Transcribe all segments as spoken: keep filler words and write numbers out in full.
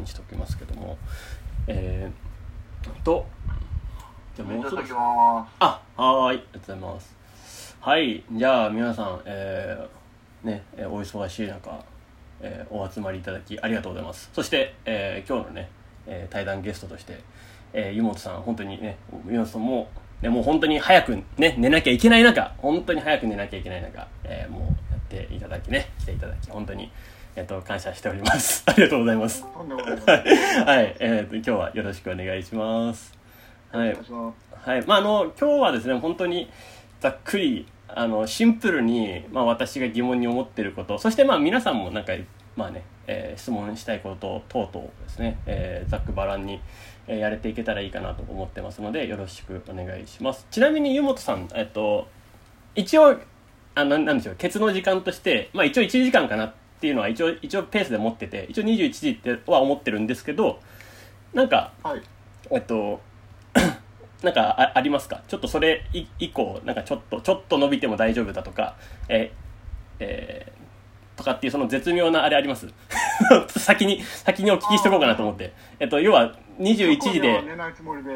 信しておきますけども、えー、とじゃあもうすぐあはーい、ありがとうございます。はい、じゃあ皆さん、えー、ね、お忙しい中、えー、お集まりいただきありがとうございます。そして、えー、今日のね、えー、対談ゲストとして、えー、湯本さん本当にね、湯本さんもね、もう本当に早くね寝なきゃいけない中、本当に早く寝なきゃいけない中、えー、もうやっていただきね、来ていただき本当にえっと感謝しております。ありがとうございます。はい、えー、と今日はよろしくお願いします。はい、はい、まああの今日はですね、本当にざっくりあのシンプルに、まあ、私が疑問に思っていること、そしてまあ皆さんもなんかまあね、えー、質問したいこと等々ですね、えー、ざっくばらんに、えー、やれていけたらいいかなと思ってますので、よろしくお願いします。ちなみに湯本さん、えっと一応あななんでしょう、ケツの時間として、まあ一応いちじかんかなっていうのは一応一応ペースで持ってて、一応にじゅういちじっては思ってるんですけど、なんか、はい、えっとなんか あ, ありますか？ちょっとそれ以降なんかちょっとちょっと伸びても大丈夫だとか、えーえー、とかっていうその絶妙なあれあります？先に先にお聞きしとこうかなと思って、えっと要はにじゅういちじで寝ないつもりで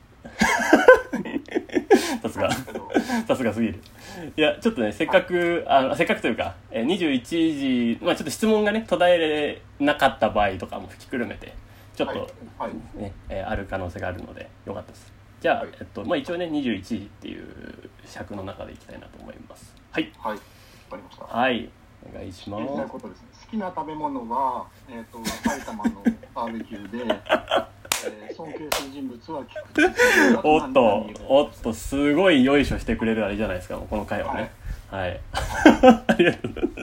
さすがさすがすぎる。いやちょっとね、せっかくあのせっかくというかにじゅういちじ、まあちょっと質問がね途絶えれなかった場合とかも吹きくるめてちょっと、はいはいねえー、ある可能性があるのでよかったです。じゃあ、はい、えっとまあ、一応ねにじゅういちじっていう尺の中でいきたいなと思います。はい、はい、わかりました。はい、お願いします。 好きな食べ物は、えー、と埼玉のバーベキューで、えー、尊敬する人物は菊池おっとおっとすごいよいしょしてくれるあれじゃないですか、この回はね。はい、はい、ありがとうございます。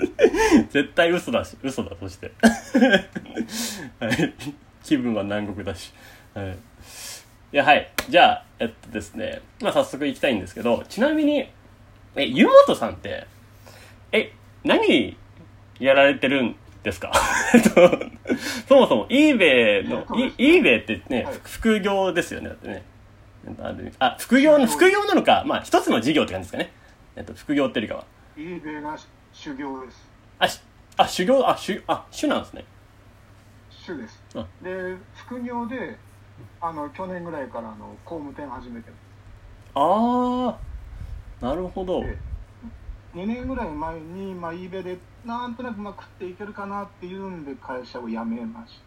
絶対嘘だし嘘だとしてはい、気分は南国だし、はい、いや、はい。じゃあ、えっとですね、まあ早速行きたいんですけど、ちなみに、え、湯本さんって、え、何やられてるんですか？えっと、そもそも eBay の、eBay ってね、はい、副業ですよね、だってね。あ、副業の、副業なのか、まあ一つの事業って感じですかね。えっと、副業っていうよりかは。 eBay が修行です。 あ、しあ、修行、あ、修、あ、修なんですね。 修です。で、副業で、あの去年ぐらいからあの工務店始めてる。 ああ、なるほど。 にねんぐらい前に、まあ、eBay でなんとなくまあ食っていけるかなっていうんで会社を辞めまして、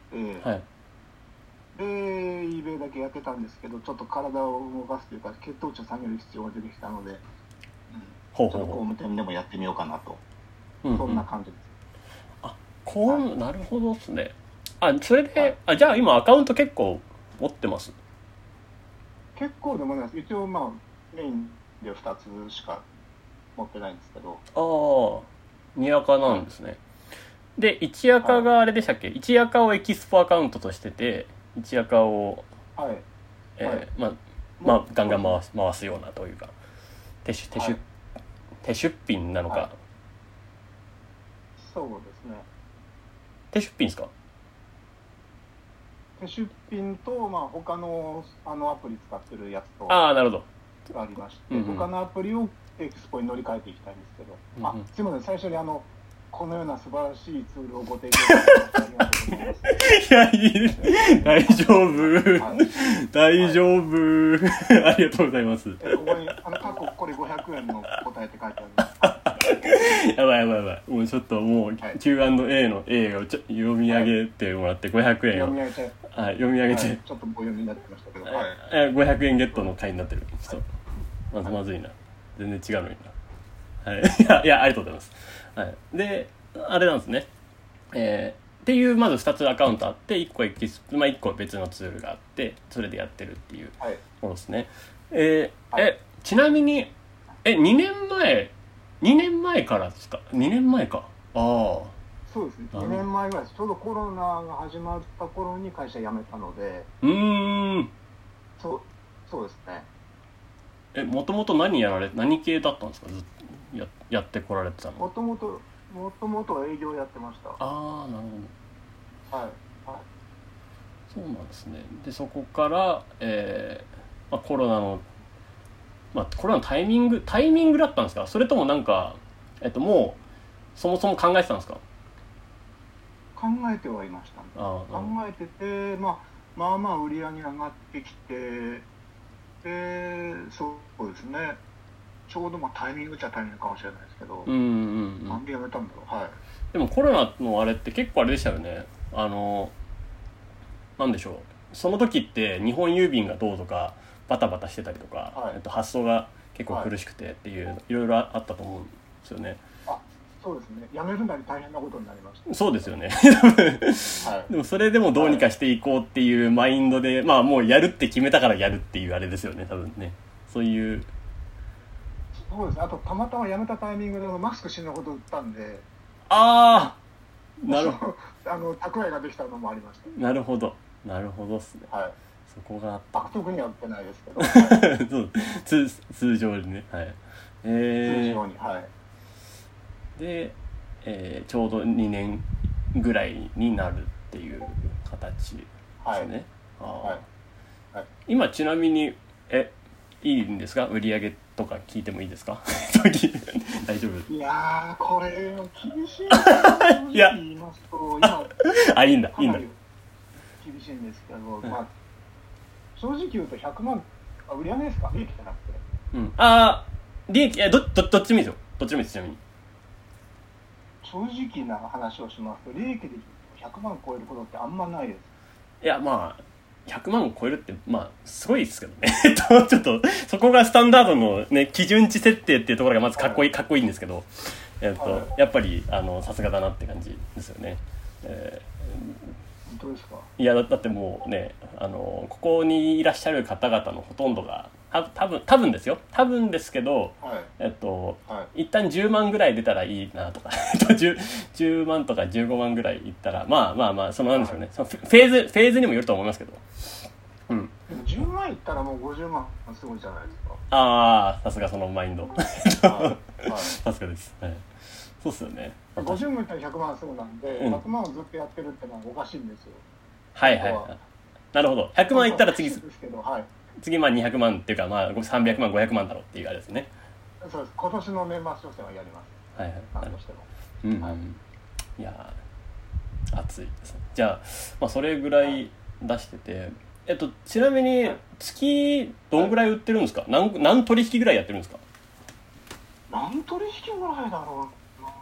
はい、で eBay だけやってたんですけど、ちょっと体を動かすというか血糖値を下げる必要が出てきたので、うん、ほうほうほう、ちょっと工務店でもやってみようかなと、うんうん、そんな感じです。 あ、こう、なるほどですね。あ、それで、はい、あ、じゃあ今アカウント結構持ってます？ 結構でもないです。一応まあメインでふたつしか持ってないんですけど。 ああ、にアカなんですね。はい、でいちアカがあれでしたっけ？はい、いちアカをエキスポアカウントとしてて、いちアカを、はい、えーはい、まあまあガンガン回す、回すようなというか、手出手出、はい、手出品なのか、はい、 そうですね。 手出品ですか？ 手出品と、まあ、他の、あのアプリ使ってるやつとああ、なるほどありまして、うんうん、他のアプリをエクスポに乗り換えていきたいんですけど、うんうん、あ、すいません、最初にあのこのような素晴らしいツールをご提供してありがとうございます。いや、いい、大丈夫、はい、大丈夫、はい、ありがとうございます。 えここにあの過去これごひゃくえんの答えって書いてあります。 やばいやばいやばい、もうちょっともう キューアンドエー の A をちょ読み上げてもらってごひゃくえんを、はい、読み上げて、はい、読み上げて、はい、 ちょっと棒読みになってましたけど、 はい、ごひゃくえんゲットの回になってる。ちょっとまずまずいな、全然違うのにな。はい、いやいや、ありがとうございます。はい、であれなんですね、えー、っていうまずふたつアカウントあって、いっこエキス、まあ、いっこ別のツールがあって、それでやってるっていうものですね。はい、えーはい、えちなみにえにねんまえにねんまえからですか？にねんまえか。ああ、 そうですね、にねんまえぐらいです。ちょうどコロナが始まった頃に会社辞めたので。 うーん、 そうそうですね。 え、もともと何やられ何系だったんですか？ずっと や, やってこられてたの？ もともともともと営業やってました。ああ、なるほど。はい、はい、 そうなんですね。でそこから、えーまあ、コロナのまあコロナのタイミングタイミングだったんですか？それともなんかえっともうそもそも考えてたんですか？ 考考えてはいました、ね、考えてて、まあ、まあまあ売り上げ上がってきて、でそうですね、ちょうどまあタイミングっちゃタイミングかもしれないですけど、 うんうんうん、 なんでやめたんだろう。はい。 でもコロナのあれって結構あれでしたよね。あのなんでしょう、その時って日本郵便がどうとかバタバタしてたりとか、はい、えっと、発送が結構苦しくてっていう、はい、いろいろあったと思うんですよね。 あ、そうですね、やめるなり大変なことになりました。 そうですよねはい、でもそれでもどうにかしていこうっていうマインドで、はい、まあもうやるって決めたからやるっていうあれですよね、多分ね。そういう。 そうです。あとたまたまやめたタイミングでマスク死ぬほど売ったんで、 ああ、なるほどあの蓄えができたのもありました。 なるほどなるほどっすね。 はい。 そこがあった。 悪徳には売ってないですけど、はい、 そう通通常にね、はい、 えー、通常に、はい。 で、えー、ちょうどにねんぐらいになるっていう形ですね。はい、あ、はいはい、今ちなみにえいいんですか、売り上げとか聞いてもいいですか大丈夫？ いやーこれ厳しいですいや言いますと今あ、いいんだいいんだ、 厳しいんですけど、うん、まあ正直言うとひゃくまん、あ、売り上げですか、利益じゃなくて、 うん、あー利益、え ど, ど, どっちもいいですよ、どっちもいいです。ちなみに正直な話をしますと利益でひゃくまん超えることってあんまないです。 いや、まあひゃくまんを超えるってまあすごいですけどねちょっとそこがスタンダードのね基準値設定っていうところがまずかっこいい、はい、かっこいいんですけど、えっと、はい、やっぱりあのさすがだなって感じですよね。えー、本当ですか？ いや だ, だってもうね、あのここにいらっしゃる方々のほとんどが多分多分ですよ多分ですけど、はい、えっと、はい、一旦じゅうまんぐらい出たらいいなとか10, じゅうまんとかじゅうごまんぐらいいったらまあまあまあそのなんでしょうね、はい、そのフェーズフェーズにもよると思いますけど、 うん、でもじゅうまんいったらもうごじゅうまんすごいじゃないですか。 ああ、さすがそのマインドさすがです、はい、そうっすよね。 ごじゅうまんいったらひゃくまんすぐなんで、うん、ひゃくまんをずっとやってるってのはおかしいんですよ。 はいはいはい、なるほど。ひゃくまんいったら次ですけど、はい、 次まあにひゃくまんっていうかまあさんびゃくまんごひゃくまんだろうっていうあれですね。 そうです。今年の年末商戦はやります。はいはい。何としても。 うんうん、はい、いや熱いですね。じゃあ、まあ、それぐらい出してて、えっとちなみに月どんぐらい売ってるんですか？はい、何, 何取引ぐらいやってるんですか？ 何取引ぐらいだろうな。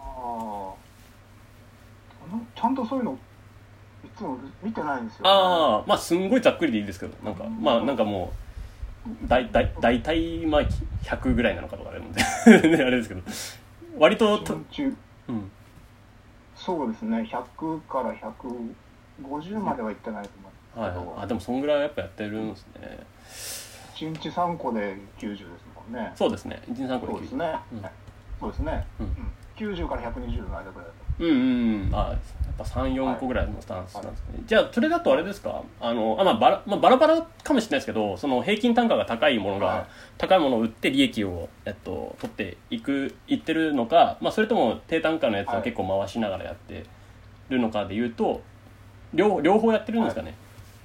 ちゃんとそういうのいつも見てないんですよ、ね。 ああ、まあすんごいざっくりでいいですけど、なんかまあなんかもうだいたいだいたいまあひゃくぐらいなのかとかでもねあれですけど、割とと、うん、 そうですね、ひゃくからひゃくごじゅうまではいってないと思いますけど、 はい、あでもそんぐらいやっぱやってるんですね。 いちにちさんこできゅうじゅうですもんね。 そうですね、いちにちさんこできゅうじゅう。そうですね、うん、そうですね、うん、きゅうじゅうからひゃくにじゅうの間ぐらいだと。 うんうんうん、あやっぱ さん,よん 個ぐらいのスタンスなんですかね、はい、じゃあそれだとあれですか、あのあ、まあ、バラまあ、バラバラかもしれないですけど、その平均単価が高いものが、はい、高いものを売って利益を、えっと、取っていくいってるのか、まあ、それとも低単価のやつを結構回しながらやってるのかでいうと、はい、両, 両方やってるんですかね。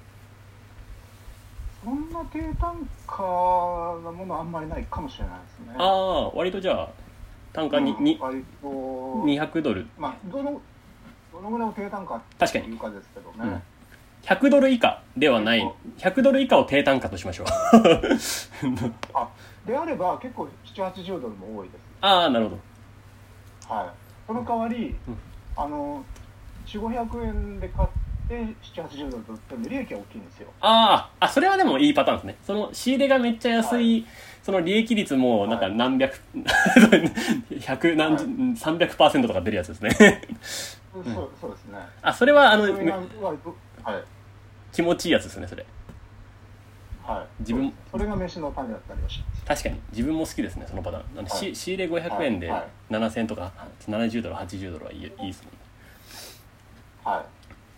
はい、そんな低単価なものあんまりないかもしれないですね。 ああ、割とじゃあ単価に、うん、ににひゃくドル、 まあ、どのどのぐらいを低単価っていうかですけどね、うん、 ひゃくドル以下ではない、ひゃくドル以下を低単価としましょうあであれば結構ななじゅうはちじゅうドルも多いです。 ああ、なるほど、はい、その代わり、うん、あのよんひゃくごひゃくえんで買ってななじゅうはちじゅうドルと売っても利益は大きいんですよ。 ああ、それはでもいいパターンですね。その仕入れがめっちゃ安い、はい、その利益率もなんか何百、はい、百何、はい、さんびゃくパーセントとか出るやつですねうん、そうそうですね。 あ、それはあの、 はい、 気持ちいいやつですね、それ。 はい、自分 そ, それが飯の種だったりはします。 確かに自分も好きですね、そのパターン。あの、はい、仕入れごひゃくえんでななせんえんとかななじゅうドルはちじゅうドルはいい、いいですもんね。 はい、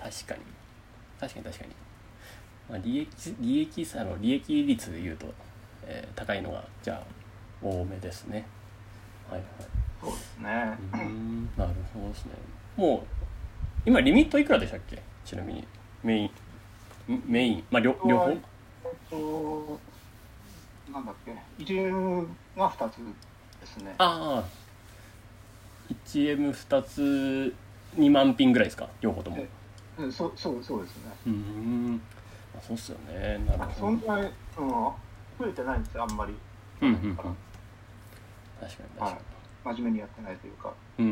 確かに確かに確かに、まあ、利益利益あの利益率でいうと、えー、高いのがじゃあ多めですね。はいはい、 そうですね。 うん、なるほどですね。もう今リミットいくらでしたっけ？ちなみにメインメインまあ両両方。えっとなんだっけ、いちエム がふたつですね。 ああ、いちエムふた つにまん品ぐらいですか、両方とも。 うん、そうそうそうですね。 うん、あ、そうっすよね。なるほど。 そんなに、うん、増えてないんですよ、あんまり。 うんうんうん。確かに確かに、はい、 真面目にやってないというか。 うん。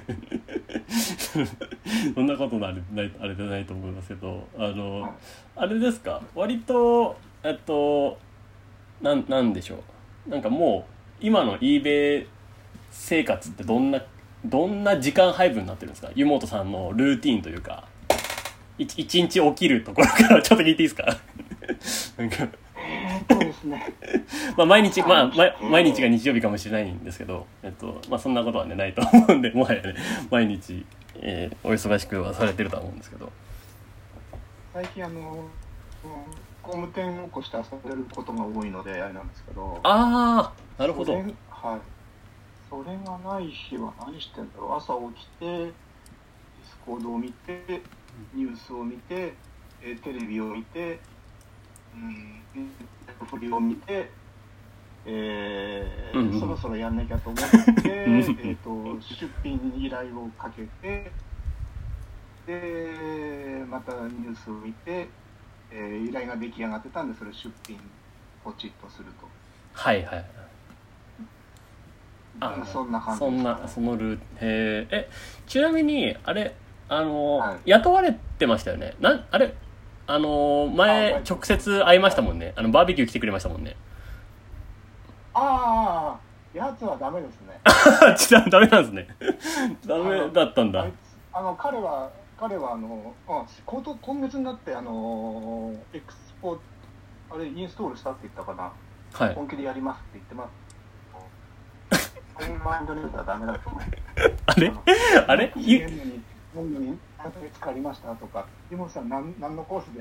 そんなことなれないあれじゃないと思いますけど、あの、はい、あれですか、割とえっとなん、なんでしょう、なんかもう今の eBay 生活ってどんなどんな時間配分になってるんですか、湯本さんのルーティーンというか、一日起きるところからちょっと聞いていいですか？なんかえー、そうですね。 まあ毎日、まあ毎日が日曜日かもしれないんですけど、えっとまあそんなことはねないと思うんで、もはやね毎日、えー、お忙しくはされてると思うんですけど。 最近あの工務店を起こして遊べることが多いのであれなんですけど。 ああ、なるほど。 はい。それがない日は何してんだろう。朝起きてディスコードを見て、ニュースを見て、えー、テレビを見て、うん、フリを見て、えーうんうん、そろそろやんなきゃと思ってえーと出品依頼をかけて、でまたニュースを見て、えー、依頼が出来上がってたんでそれ出品ポチッとすると。 はいはい。 あ、そんな感じです、 ね、そんなそのルーへえ。ちなみにあれあの、はい、雇われてましたよね。なあれあの前直接会いましたもんね、はい、あのバーベキュー来てくれましたもんね。 ああ、やつはダメですね。 ダメなんですね。ダメだったんだ。 あ, あの彼は彼はあの、あ、今月になってあのエクスポあれインストールしたって言ったかな、はい、本気でやりますって言ってます。マインドレーダーダメだと思う。 あれあれ言うのに何ヶ月かかりましたとか、湯本さん何何のコースで